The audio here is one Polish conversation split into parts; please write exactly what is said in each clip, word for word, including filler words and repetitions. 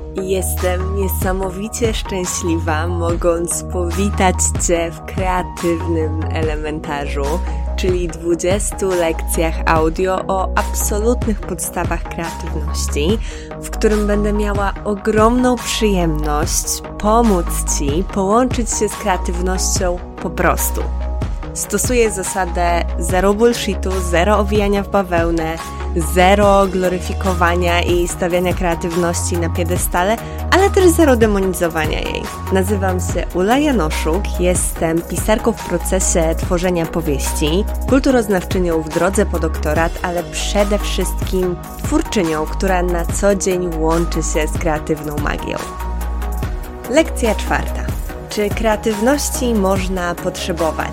Jestem niesamowicie szczęśliwa, mogąc powitać Cię w kreatywnym elementarzu, czyli dwudziestu lekcjach audio o absolutnych podstawach kreatywności, w którym będę miała ogromną przyjemność pomóc Ci połączyć się z kreatywnością po prostu. Stosuję zasadę zero bullshitu, zero owijania w bawełnę, zero gloryfikowania i stawiania kreatywności na piedestale, ale też zero demonizowania jej. Nazywam się Ula Janoszuk, jestem pisarką w procesie tworzenia powieści, kulturoznawczynią w drodze po doktorat, ale przede wszystkim twórczynią, która na co dzień łączy się z kreatywną magią. Lekcja czwarta. Czy kreatywności można potrzebować?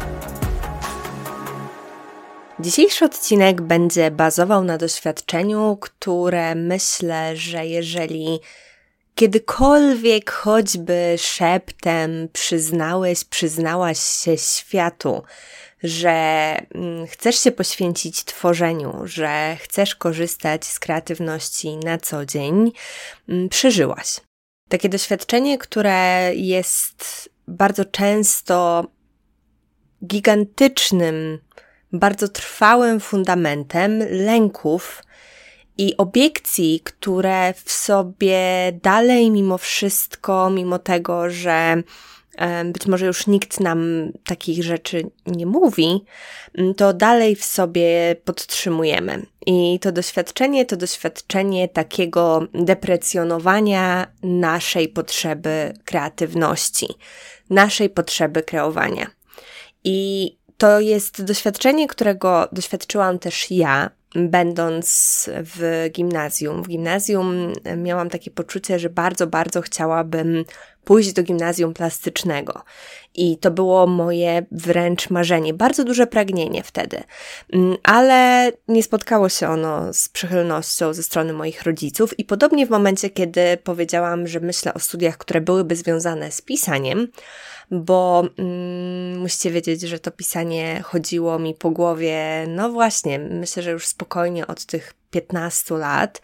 Dzisiejszy odcinek będzie bazował na doświadczeniu, które myślę, że jeżeli kiedykolwiek choćby szeptem przyznałeś, przyznałaś się światu, że chcesz się poświęcić tworzeniu, że chcesz korzystać z kreatywności na co dzień, przeżyłaś. Takie doświadczenie, które jest bardzo często gigantycznym, bardzo trwałym fundamentem lęków i obiekcji, które w sobie dalej mimo wszystko, mimo tego, że być może już nikt nam takich rzeczy nie mówi, to dalej w sobie podtrzymujemy. I to doświadczenie to doświadczenie takiego deprecjonowania naszej potrzeby kreatywności, naszej potrzeby kreowania. I to jest doświadczenie, którego doświadczyłam też ja, będąc w gimnazjum. W gimnazjum miałam takie poczucie, że bardzo, bardzo chciałabym pójść do gimnazjum plastycznego. I to było moje wręcz marzenie, bardzo duże pragnienie wtedy. Ale nie spotkało się ono z przychylnością ze strony moich rodziców i podobnie w momencie, kiedy powiedziałam, że myślę o studiach, które byłyby związane z pisaniem, bo mm, musicie wiedzieć, że to pisanie chodziło mi po głowie, no właśnie, myślę, że już spokojnie od tych piętnastu lat,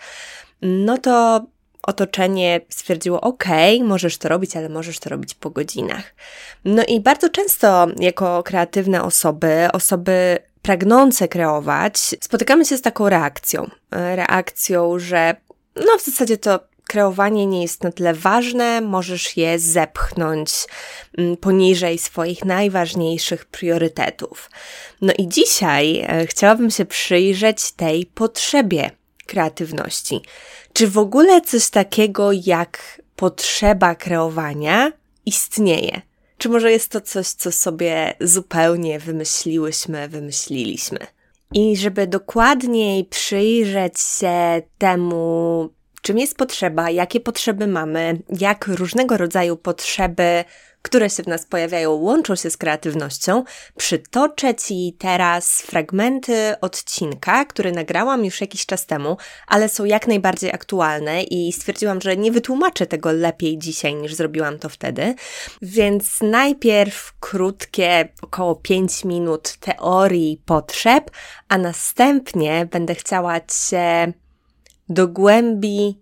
no to otoczenie stwierdziło, okej, okay, możesz to robić, ale możesz to robić po godzinach. No i bardzo często jako kreatywne osoby, osoby pragnące kreować, spotykamy się z taką reakcją. Reakcją, że no w zasadzie to kreowanie nie jest na tyle ważne, możesz je zepchnąć poniżej swoich najważniejszych priorytetów. No i dzisiaj chciałabym się przyjrzeć tej potrzebie kreatywności. Czy w ogóle coś takiego jak potrzeba kreowania istnieje? Czy może jest to coś, co sobie zupełnie wymyśliłyśmy, wymyśliliśmy? I żeby dokładniej przyjrzeć się temu, czym jest potrzeba, jakie potrzeby mamy, jak różnego rodzaju potrzeby, które się w nas pojawiają, łączą się z kreatywnością, przytoczę Ci teraz fragmenty odcinka, który nagrałam już jakiś czas temu, ale są jak najbardziej aktualne i stwierdziłam, że nie wytłumaczę tego lepiej dzisiaj niż zrobiłam to wtedy. Więc najpierw krótkie, około pięć minut teorii potrzeb, a następnie będę chciała Cię do głębi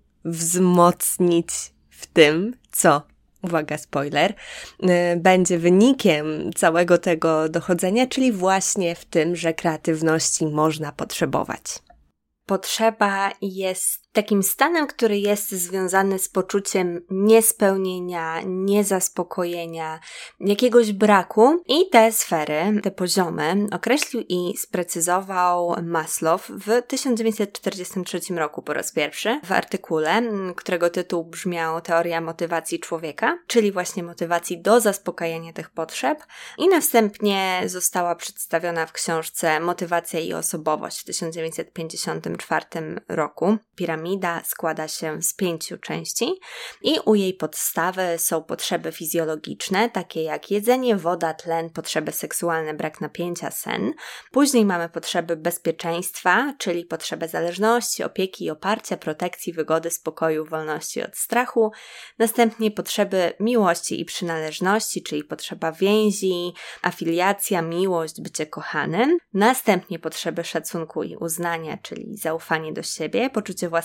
wzmocnić w tym, co, uwaga, spoiler, będzie wynikiem całego tego dochodzenia, czyli właśnie w tym, że kreatywności można potrzebować. Potrzeba jest takim stanem, który jest związany z poczuciem niespełnienia, niezaspokojenia, jakiegoś braku i te sfery, te poziomy określił i sprecyzował Maslow w tysiąc dziewięćset czterdziestym trzecim roku po raz pierwszy w artykule, którego tytuł brzmiał Teoria motywacji człowieka, czyli właśnie motywacji do zaspokajania tych potrzeb i następnie została przedstawiona w książce Motywacja i osobowość w tysiąc dziewięćset pięćdziesiątym czwartym roku. Piramida składa się z pięciu części i u jej podstawy są potrzeby fizjologiczne, takie jak jedzenie, woda, tlen, potrzeby seksualne, brak napięcia, sen. Później mamy potrzeby bezpieczeństwa, czyli potrzebę zależności, opieki i oparcia, protekcji, wygody, spokoju, wolności od strachu. Następnie potrzeby miłości i przynależności, czyli potrzeba więzi, afiliacja, miłość, bycie kochanym. Następnie potrzeby szacunku i uznania, czyli zaufanie do siebie, poczucie własnej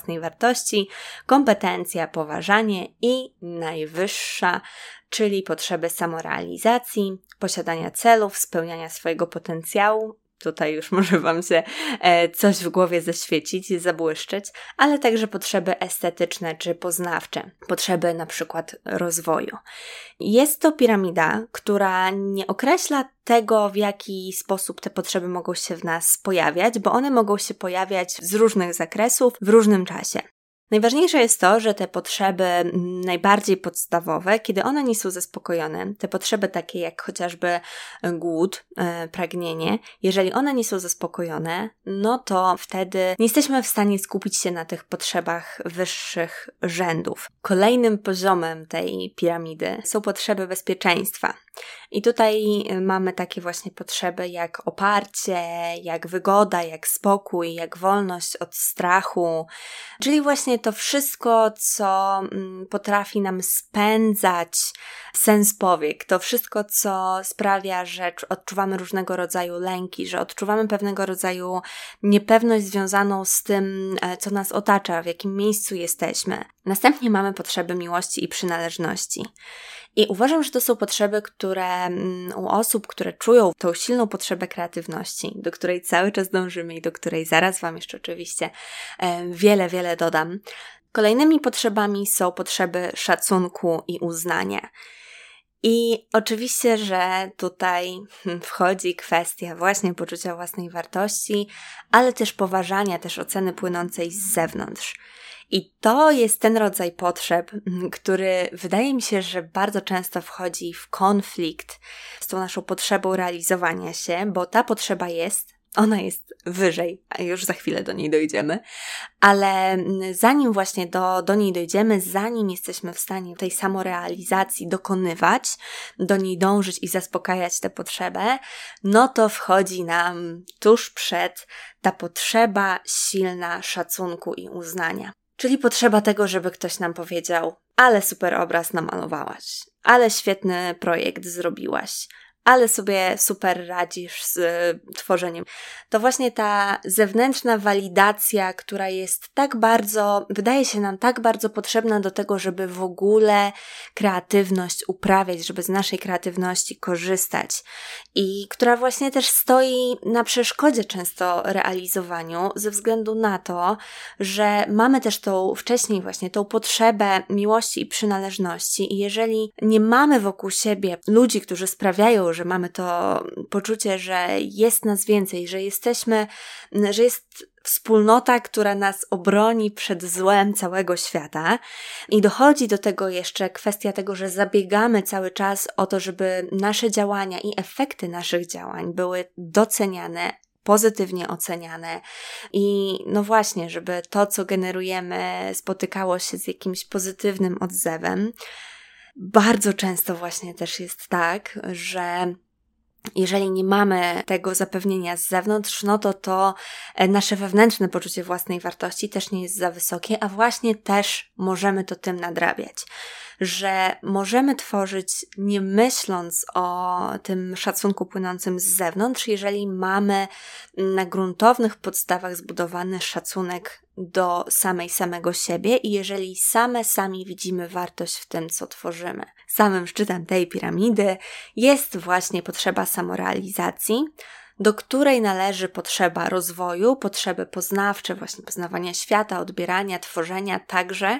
własnej wartości, kompetencja, poważanie i najwyższa, czyli potrzeby samorealizacji, posiadania celów, spełniania swojego potencjału. Tutaj już może Wam się e, coś w głowie zaświecić, zabłyszczeć, ale także potrzeby estetyczne czy poznawcze, potrzeby na przykład rozwoju. Jest to piramida, która nie określa tego, w jaki sposób te potrzeby mogą się w nas pojawiać, bo one mogą się pojawiać z różnych zakresów w różnym czasie. Najważniejsze jest to, że te potrzeby najbardziej podstawowe, kiedy one nie są zaspokojone, te potrzeby takie jak chociażby głód, e, pragnienie, jeżeli one nie są zaspokojone, no to wtedy nie jesteśmy w stanie skupić się na tych potrzebach wyższych rzędów. Kolejnym poziomem tej piramidy są potrzeby bezpieczeństwa. I tutaj mamy takie właśnie potrzeby jak oparcie, jak wygoda, jak spokój, jak wolność od strachu, czyli właśnie to wszystko, co potrafi nam spędzać sens powiek, to wszystko, co sprawia, że odczuwamy różnego rodzaju lęki, że odczuwamy pewnego rodzaju niepewność związaną z tym, co nas otacza, w jakim miejscu jesteśmy. Następnie mamy potrzeby miłości i przynależności. I uważam, że to są potrzeby, które u osób, które czują tą silną potrzebę kreatywności, do której cały czas dążymy i do której zaraz Wam jeszcze oczywiście wiele, wiele dodam. Kolejnymi potrzebami są potrzeby szacunku i uznania. I oczywiście, że tutaj wchodzi kwestia właśnie poczucia własnej wartości, ale też poważania, też oceny płynącej z zewnątrz. I to jest ten rodzaj potrzeb, który wydaje mi się, że bardzo często wchodzi w konflikt z tą naszą potrzebą realizowania się, bo ta potrzeba jest, ona jest wyżej, a już za chwilę do niej dojdziemy, ale zanim właśnie do, do niej dojdziemy, zanim jesteśmy w stanie tej samorealizacji dokonywać, do niej dążyć i zaspokajać tę potrzebę, no to wchodzi nam tuż przed ta potrzeba silna szacunku i uznania. Czyli potrzeba tego, żeby ktoś nam powiedział: ale super obraz namalowałaś, ale świetny projekt zrobiłaś, ale sobie super radzisz z tworzeniem. To właśnie ta zewnętrzna walidacja, która jest tak bardzo, wydaje się nam tak bardzo potrzebna do tego, żeby w ogóle kreatywność uprawiać, żeby z naszej kreatywności korzystać i która właśnie też stoi na przeszkodzie często realizowaniu ze względu na to, że mamy też tą wcześniej właśnie tą potrzebę miłości i przynależności i jeżeli nie mamy wokół siebie ludzi, którzy sprawiają, że mamy to poczucie, że jest nas więcej, że jesteśmy, że jest wspólnota, która nas obroni przed złem całego świata i dochodzi do tego jeszcze kwestia tego, że zabiegamy cały czas o to, żeby nasze działania i efekty naszych działań były doceniane, pozytywnie oceniane i no właśnie, żeby to, co generujemy, spotykało się z jakimś pozytywnym odzewem. Bardzo często właśnie też jest tak, że jeżeli nie mamy tego zapewnienia z zewnątrz, no to to nasze wewnętrzne poczucie własnej wartości też nie jest za wysokie, a właśnie też możemy to tym nadrabiać. Że możemy tworzyć nie myśląc o tym szacunku płynącym z zewnątrz, jeżeli mamy na gruntownych podstawach zbudowany szacunek do samej samego siebie i jeżeli same sami widzimy wartość w tym, co tworzymy. Samym szczytem tej piramidy jest właśnie potrzeba samorealizacji, do której należy potrzeba rozwoju, potrzeby poznawcze, właśnie poznawania świata, odbierania, tworzenia także,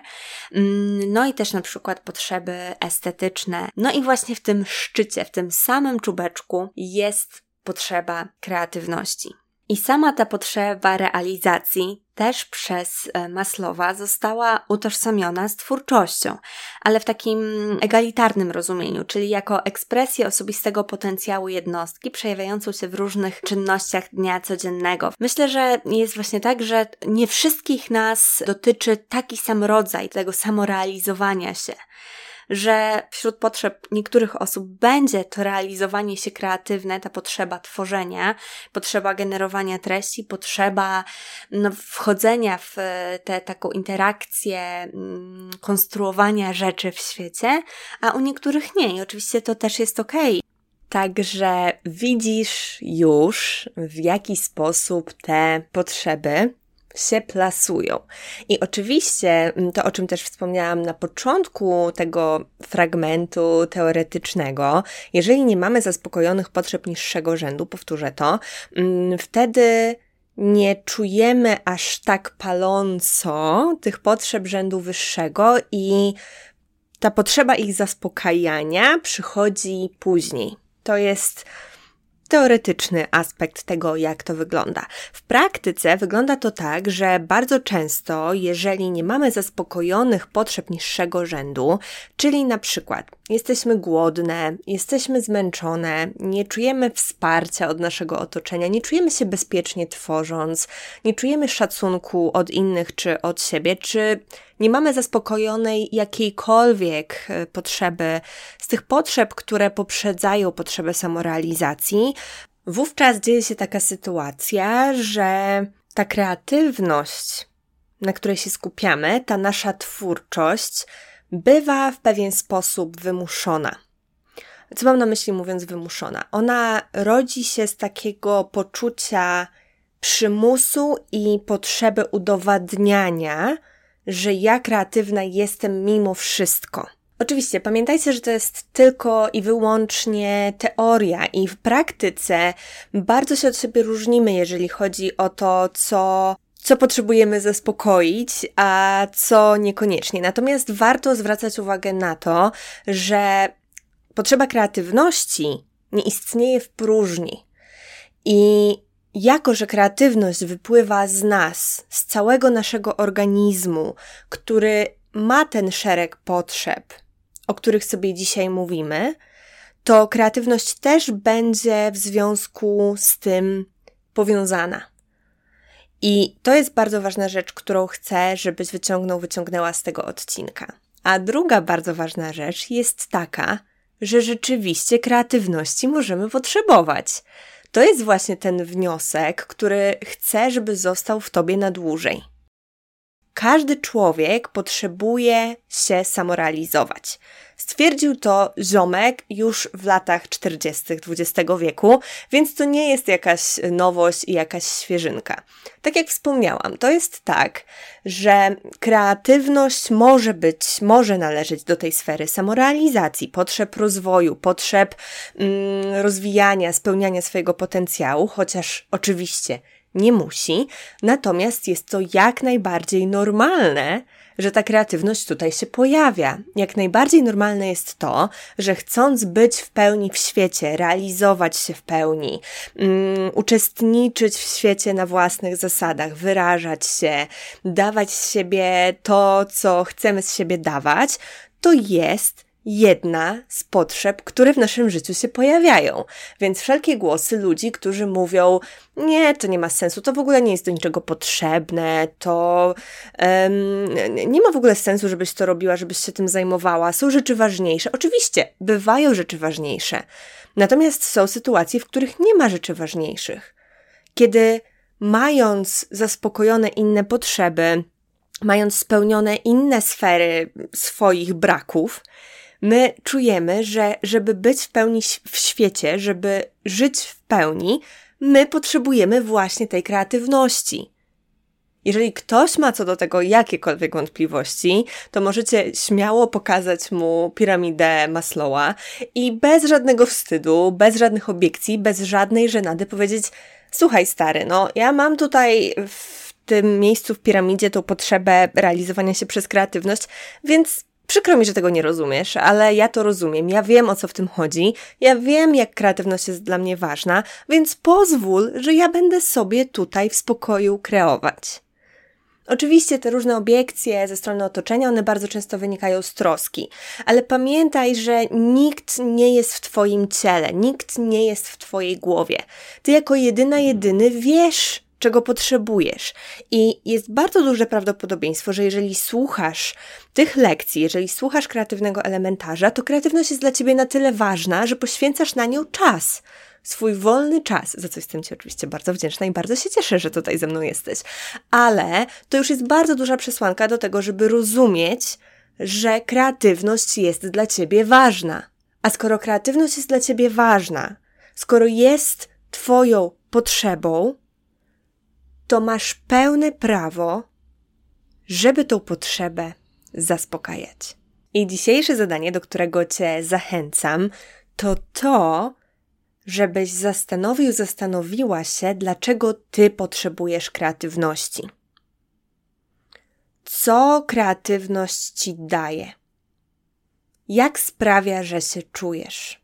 no i też na przykład potrzeby estetyczne. No i właśnie w tym szczycie, w tym samym czubeczku jest potrzeba kreatywności. I sama ta potrzeba realizacji też przez Maslowa została utożsamiona z twórczością, ale w takim egalitarnym rozumieniu, czyli jako ekspresję osobistego potencjału jednostki przejawiającą się w różnych czynnościach dnia codziennego. Myślę, że jest właśnie tak, że nie wszystkich nas dotyczy taki sam rodzaj tego samorealizowania się, że wśród potrzeb niektórych osób będzie to realizowanie się kreatywne, ta potrzeba tworzenia, potrzeba generowania treści, potrzeba no, wchodzenia w tę taką interakcję, mm, konstruowania rzeczy w świecie, a u niektórych nie i oczywiście to też jest okej. Także widzisz już, w jaki sposób te potrzeby się plasują. I oczywiście to, o czym też wspomniałam na początku tego fragmentu teoretycznego, jeżeli nie mamy zaspokojonych potrzeb niższego rzędu, powtórzę to, wtedy nie czujemy aż tak paląco tych potrzeb rzędu wyższego i ta potrzeba ich zaspokajania przychodzi później. To jest teoretyczny aspekt tego, jak to wygląda. W praktyce wygląda to tak, że bardzo często, jeżeli nie mamy zaspokojonych potrzeb niższego rzędu, czyli na przykład jesteśmy głodne, jesteśmy zmęczone, nie czujemy wsparcia od naszego otoczenia, nie czujemy się bezpiecznie tworząc, nie czujemy szacunku od innych czy od siebie, czy nie mamy zaspokojonej jakiejkolwiek potrzeby z tych potrzeb, które poprzedzają potrzebę samorealizacji, wówczas dzieje się taka sytuacja, że ta kreatywność, na której się skupiamy, ta nasza twórczość bywa w pewien sposób wymuszona. Co mam na myśli mówiąc wymuszona? Ona rodzi się z takiego poczucia przymusu i potrzeby udowadniania, że ja kreatywna jestem mimo wszystko. Oczywiście, pamiętajcie, że to jest tylko i wyłącznie teoria i w praktyce bardzo się od siebie różnimy, jeżeli chodzi o to, co, co potrzebujemy zaspokoić, a co niekoniecznie. Natomiast warto zwracać uwagę na to, że potrzeba kreatywności nie istnieje w próżni. I jako że kreatywność wypływa z nas, z całego naszego organizmu, który ma ten szereg potrzeb, o których sobie dzisiaj mówimy, to kreatywność też będzie w związku z tym powiązana. I to jest bardzo ważna rzecz, którą chcę, żebyś wyciągnął, wyciągnęła z tego odcinka. A druga bardzo ważna rzecz jest taka, że rzeczywiście kreatywności możemy potrzebować. To jest właśnie ten wniosek, który chcę, żeby został w tobie na dłużej. Każdy człowiek potrzebuje się samorealizować. Stwierdził to ziomek już w latach czterdziestych dwudziestego wieku, więc to nie jest jakaś nowość i jakaś świeżynka. Tak jak wspomniałam, to jest tak, że kreatywność może być, może należeć do tej sfery samorealizacji, potrzeb rozwoju, potrzeb mm, rozwijania, spełniania swojego potencjału, chociaż oczywiście nie musi, natomiast jest to jak najbardziej normalne, że ta kreatywność tutaj się pojawia. Jak najbardziej normalne jest to, że chcąc być w pełni w świecie, realizować się w pełni, um, uczestniczyć w świecie na własnych zasadach, wyrażać się, dawać z siebie to, co chcemy z siebie dawać, to jest jedna z potrzeb, które w naszym życiu się pojawiają. Więc wszelkie głosy ludzi, którzy mówią, nie, to nie ma sensu, to w ogóle nie jest do niczego potrzebne, to um, nie ma w ogóle sensu, żebyś to robiła, żebyś się tym zajmowała. Są rzeczy ważniejsze. Oczywiście, bywają rzeczy ważniejsze. Natomiast są sytuacje, w których nie ma rzeczy ważniejszych. Kiedy mając zaspokojone inne potrzeby, mając spełnione inne sfery swoich braków, my czujemy, że żeby być w pełni w świecie, żeby żyć w pełni, my potrzebujemy właśnie tej kreatywności. Jeżeli ktoś ma co do tego jakiekolwiek wątpliwości, to możecie śmiało pokazać mu piramidę Maslowa i bez żadnego wstydu, bez żadnych obiekcji, bez żadnej żenady powiedzieć: słuchaj stary, no ja mam tutaj w tym miejscu w piramidzie tą potrzebę realizowania się przez kreatywność, więc przykro mi, że tego nie rozumiesz, ale ja to rozumiem, ja wiem, o co w tym chodzi, ja wiem, jak kreatywność jest dla mnie ważna, więc pozwól, że ja będę sobie tutaj w spokoju kreować. Oczywiście te różne obiekcje ze strony otoczenia, one bardzo często wynikają z troski, ale pamiętaj, że nikt nie jest w twoim ciele, nikt nie jest w twojej głowie. Ty jako jedyna, jedyny wiesz, czego potrzebujesz. I jest bardzo duże prawdopodobieństwo, że jeżeli słuchasz tych lekcji, jeżeli słuchasz kreatywnego elementarza, to kreatywność jest dla ciebie na tyle ważna, że poświęcasz na nią czas. Swój wolny czas, za co jestem ci oczywiście bardzo wdzięczna i bardzo się cieszę, że tutaj ze mną jesteś. Ale to już jest bardzo duża przesłanka do tego, żeby rozumieć, że kreatywność jest dla ciebie ważna. A skoro kreatywność jest dla ciebie ważna, skoro jest twoją potrzebą, to masz pełne prawo, żeby tą potrzebę zaspokajać. I dzisiejsze zadanie, do którego Cię zachęcam, to to, żebyś zastanowił, zastanowiła się, dlaczego Ty potrzebujesz kreatywności. Co kreatywność Ci daje? Jak sprawia, że się czujesz?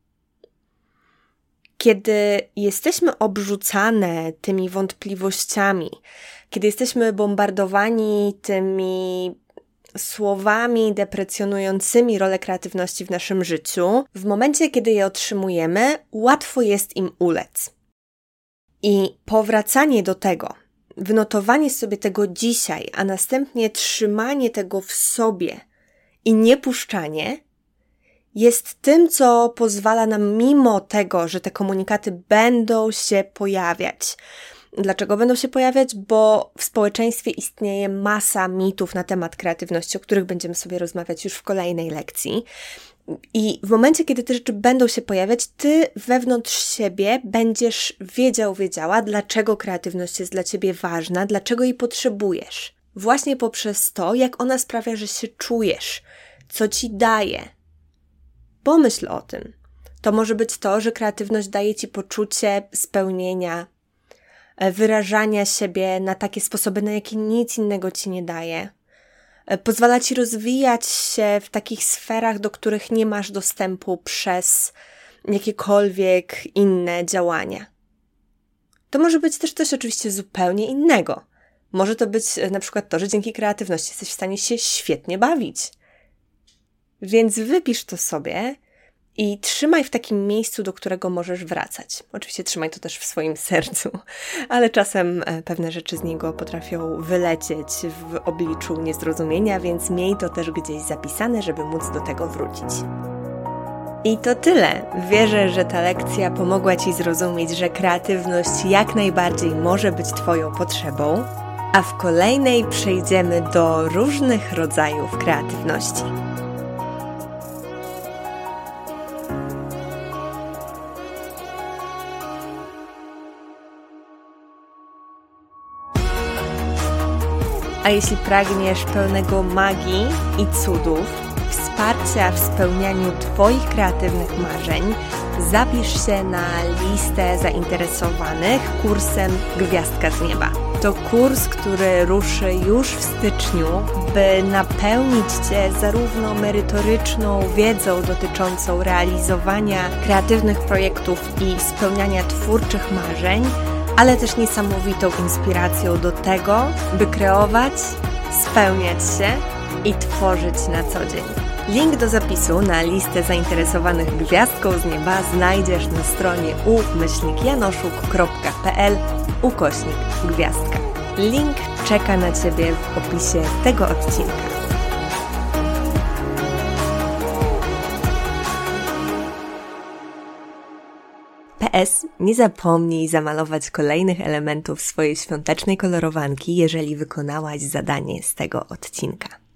Kiedy jesteśmy obrzucane tymi wątpliwościami, kiedy jesteśmy bombardowani tymi słowami deprecjonującymi rolę kreatywności w naszym życiu, w momencie, kiedy je otrzymujemy, łatwo jest im ulec. I powracanie do tego, wynotowanie sobie tego dzisiaj, a następnie trzymanie tego w sobie i niepuszczanie jest tym, co pozwala nam mimo tego, że te komunikaty będą się pojawiać. Dlaczego będą się pojawiać? Bo w społeczeństwie istnieje masa mitów na temat kreatywności, o których będziemy sobie rozmawiać już w kolejnej lekcji. I w momencie, kiedy te rzeczy będą się pojawiać, Ty wewnątrz siebie będziesz wiedział, wiedziała, dlaczego kreatywność jest dla Ciebie ważna, dlaczego jej potrzebujesz. Właśnie poprzez to, jak ona sprawia, że się czujesz, co Ci daje. Pomyśl o tym. To może być to, że kreatywność daje Ci poczucie spełnienia, wyrażania siebie na takie sposoby, na jakie nic innego Ci nie daje. Pozwala Ci rozwijać się w takich sferach, do których nie masz dostępu przez jakiekolwiek inne działania. To może być też coś oczywiście zupełnie innego. Może to być na przykład to, że dzięki kreatywności jesteś w stanie się świetnie bawić. Więc wypisz to sobie i trzymaj w takim miejscu, do którego możesz wracać. Oczywiście trzymaj to też w swoim sercu, ale czasem pewne rzeczy z niego potrafią wylecieć w obliczu niezrozumienia, więc miej to też gdzieś zapisane, żeby móc do tego wrócić. I to tyle. Wierzę, że ta lekcja pomogła Ci zrozumieć, że kreatywność jak najbardziej może być Twoją potrzebą, a w kolejnej przejdziemy do różnych rodzajów kreatywności. A jeśli pragniesz pełnego magii i cudów, wsparcia w spełnianiu Twoich kreatywnych marzeń, zapisz się na listę zainteresowanych kursem Gwiazdka z Nieba. To kurs, który ruszy już w styczniu, by napełnić Cię zarówno merytoryczną wiedzą dotyczącą realizowania kreatywnych projektów i spełniania twórczych marzeń, ale też niesamowitą inspiracją do tego, by kreować, spełniać się i tworzyć na co dzień. Link do zapisu na listę zainteresowanych Gwiazdką z Nieba znajdziesz na stronie u myślnik janoszuk kropka p l ukośnik gwiazdka. Link czeka na Ciebie w opisie tego odcinka. P S. Nie zapomnij zamalować kolejnych elementów swojej świątecznej kolorowanki, jeżeli wykonałaś zadanie z tego odcinka.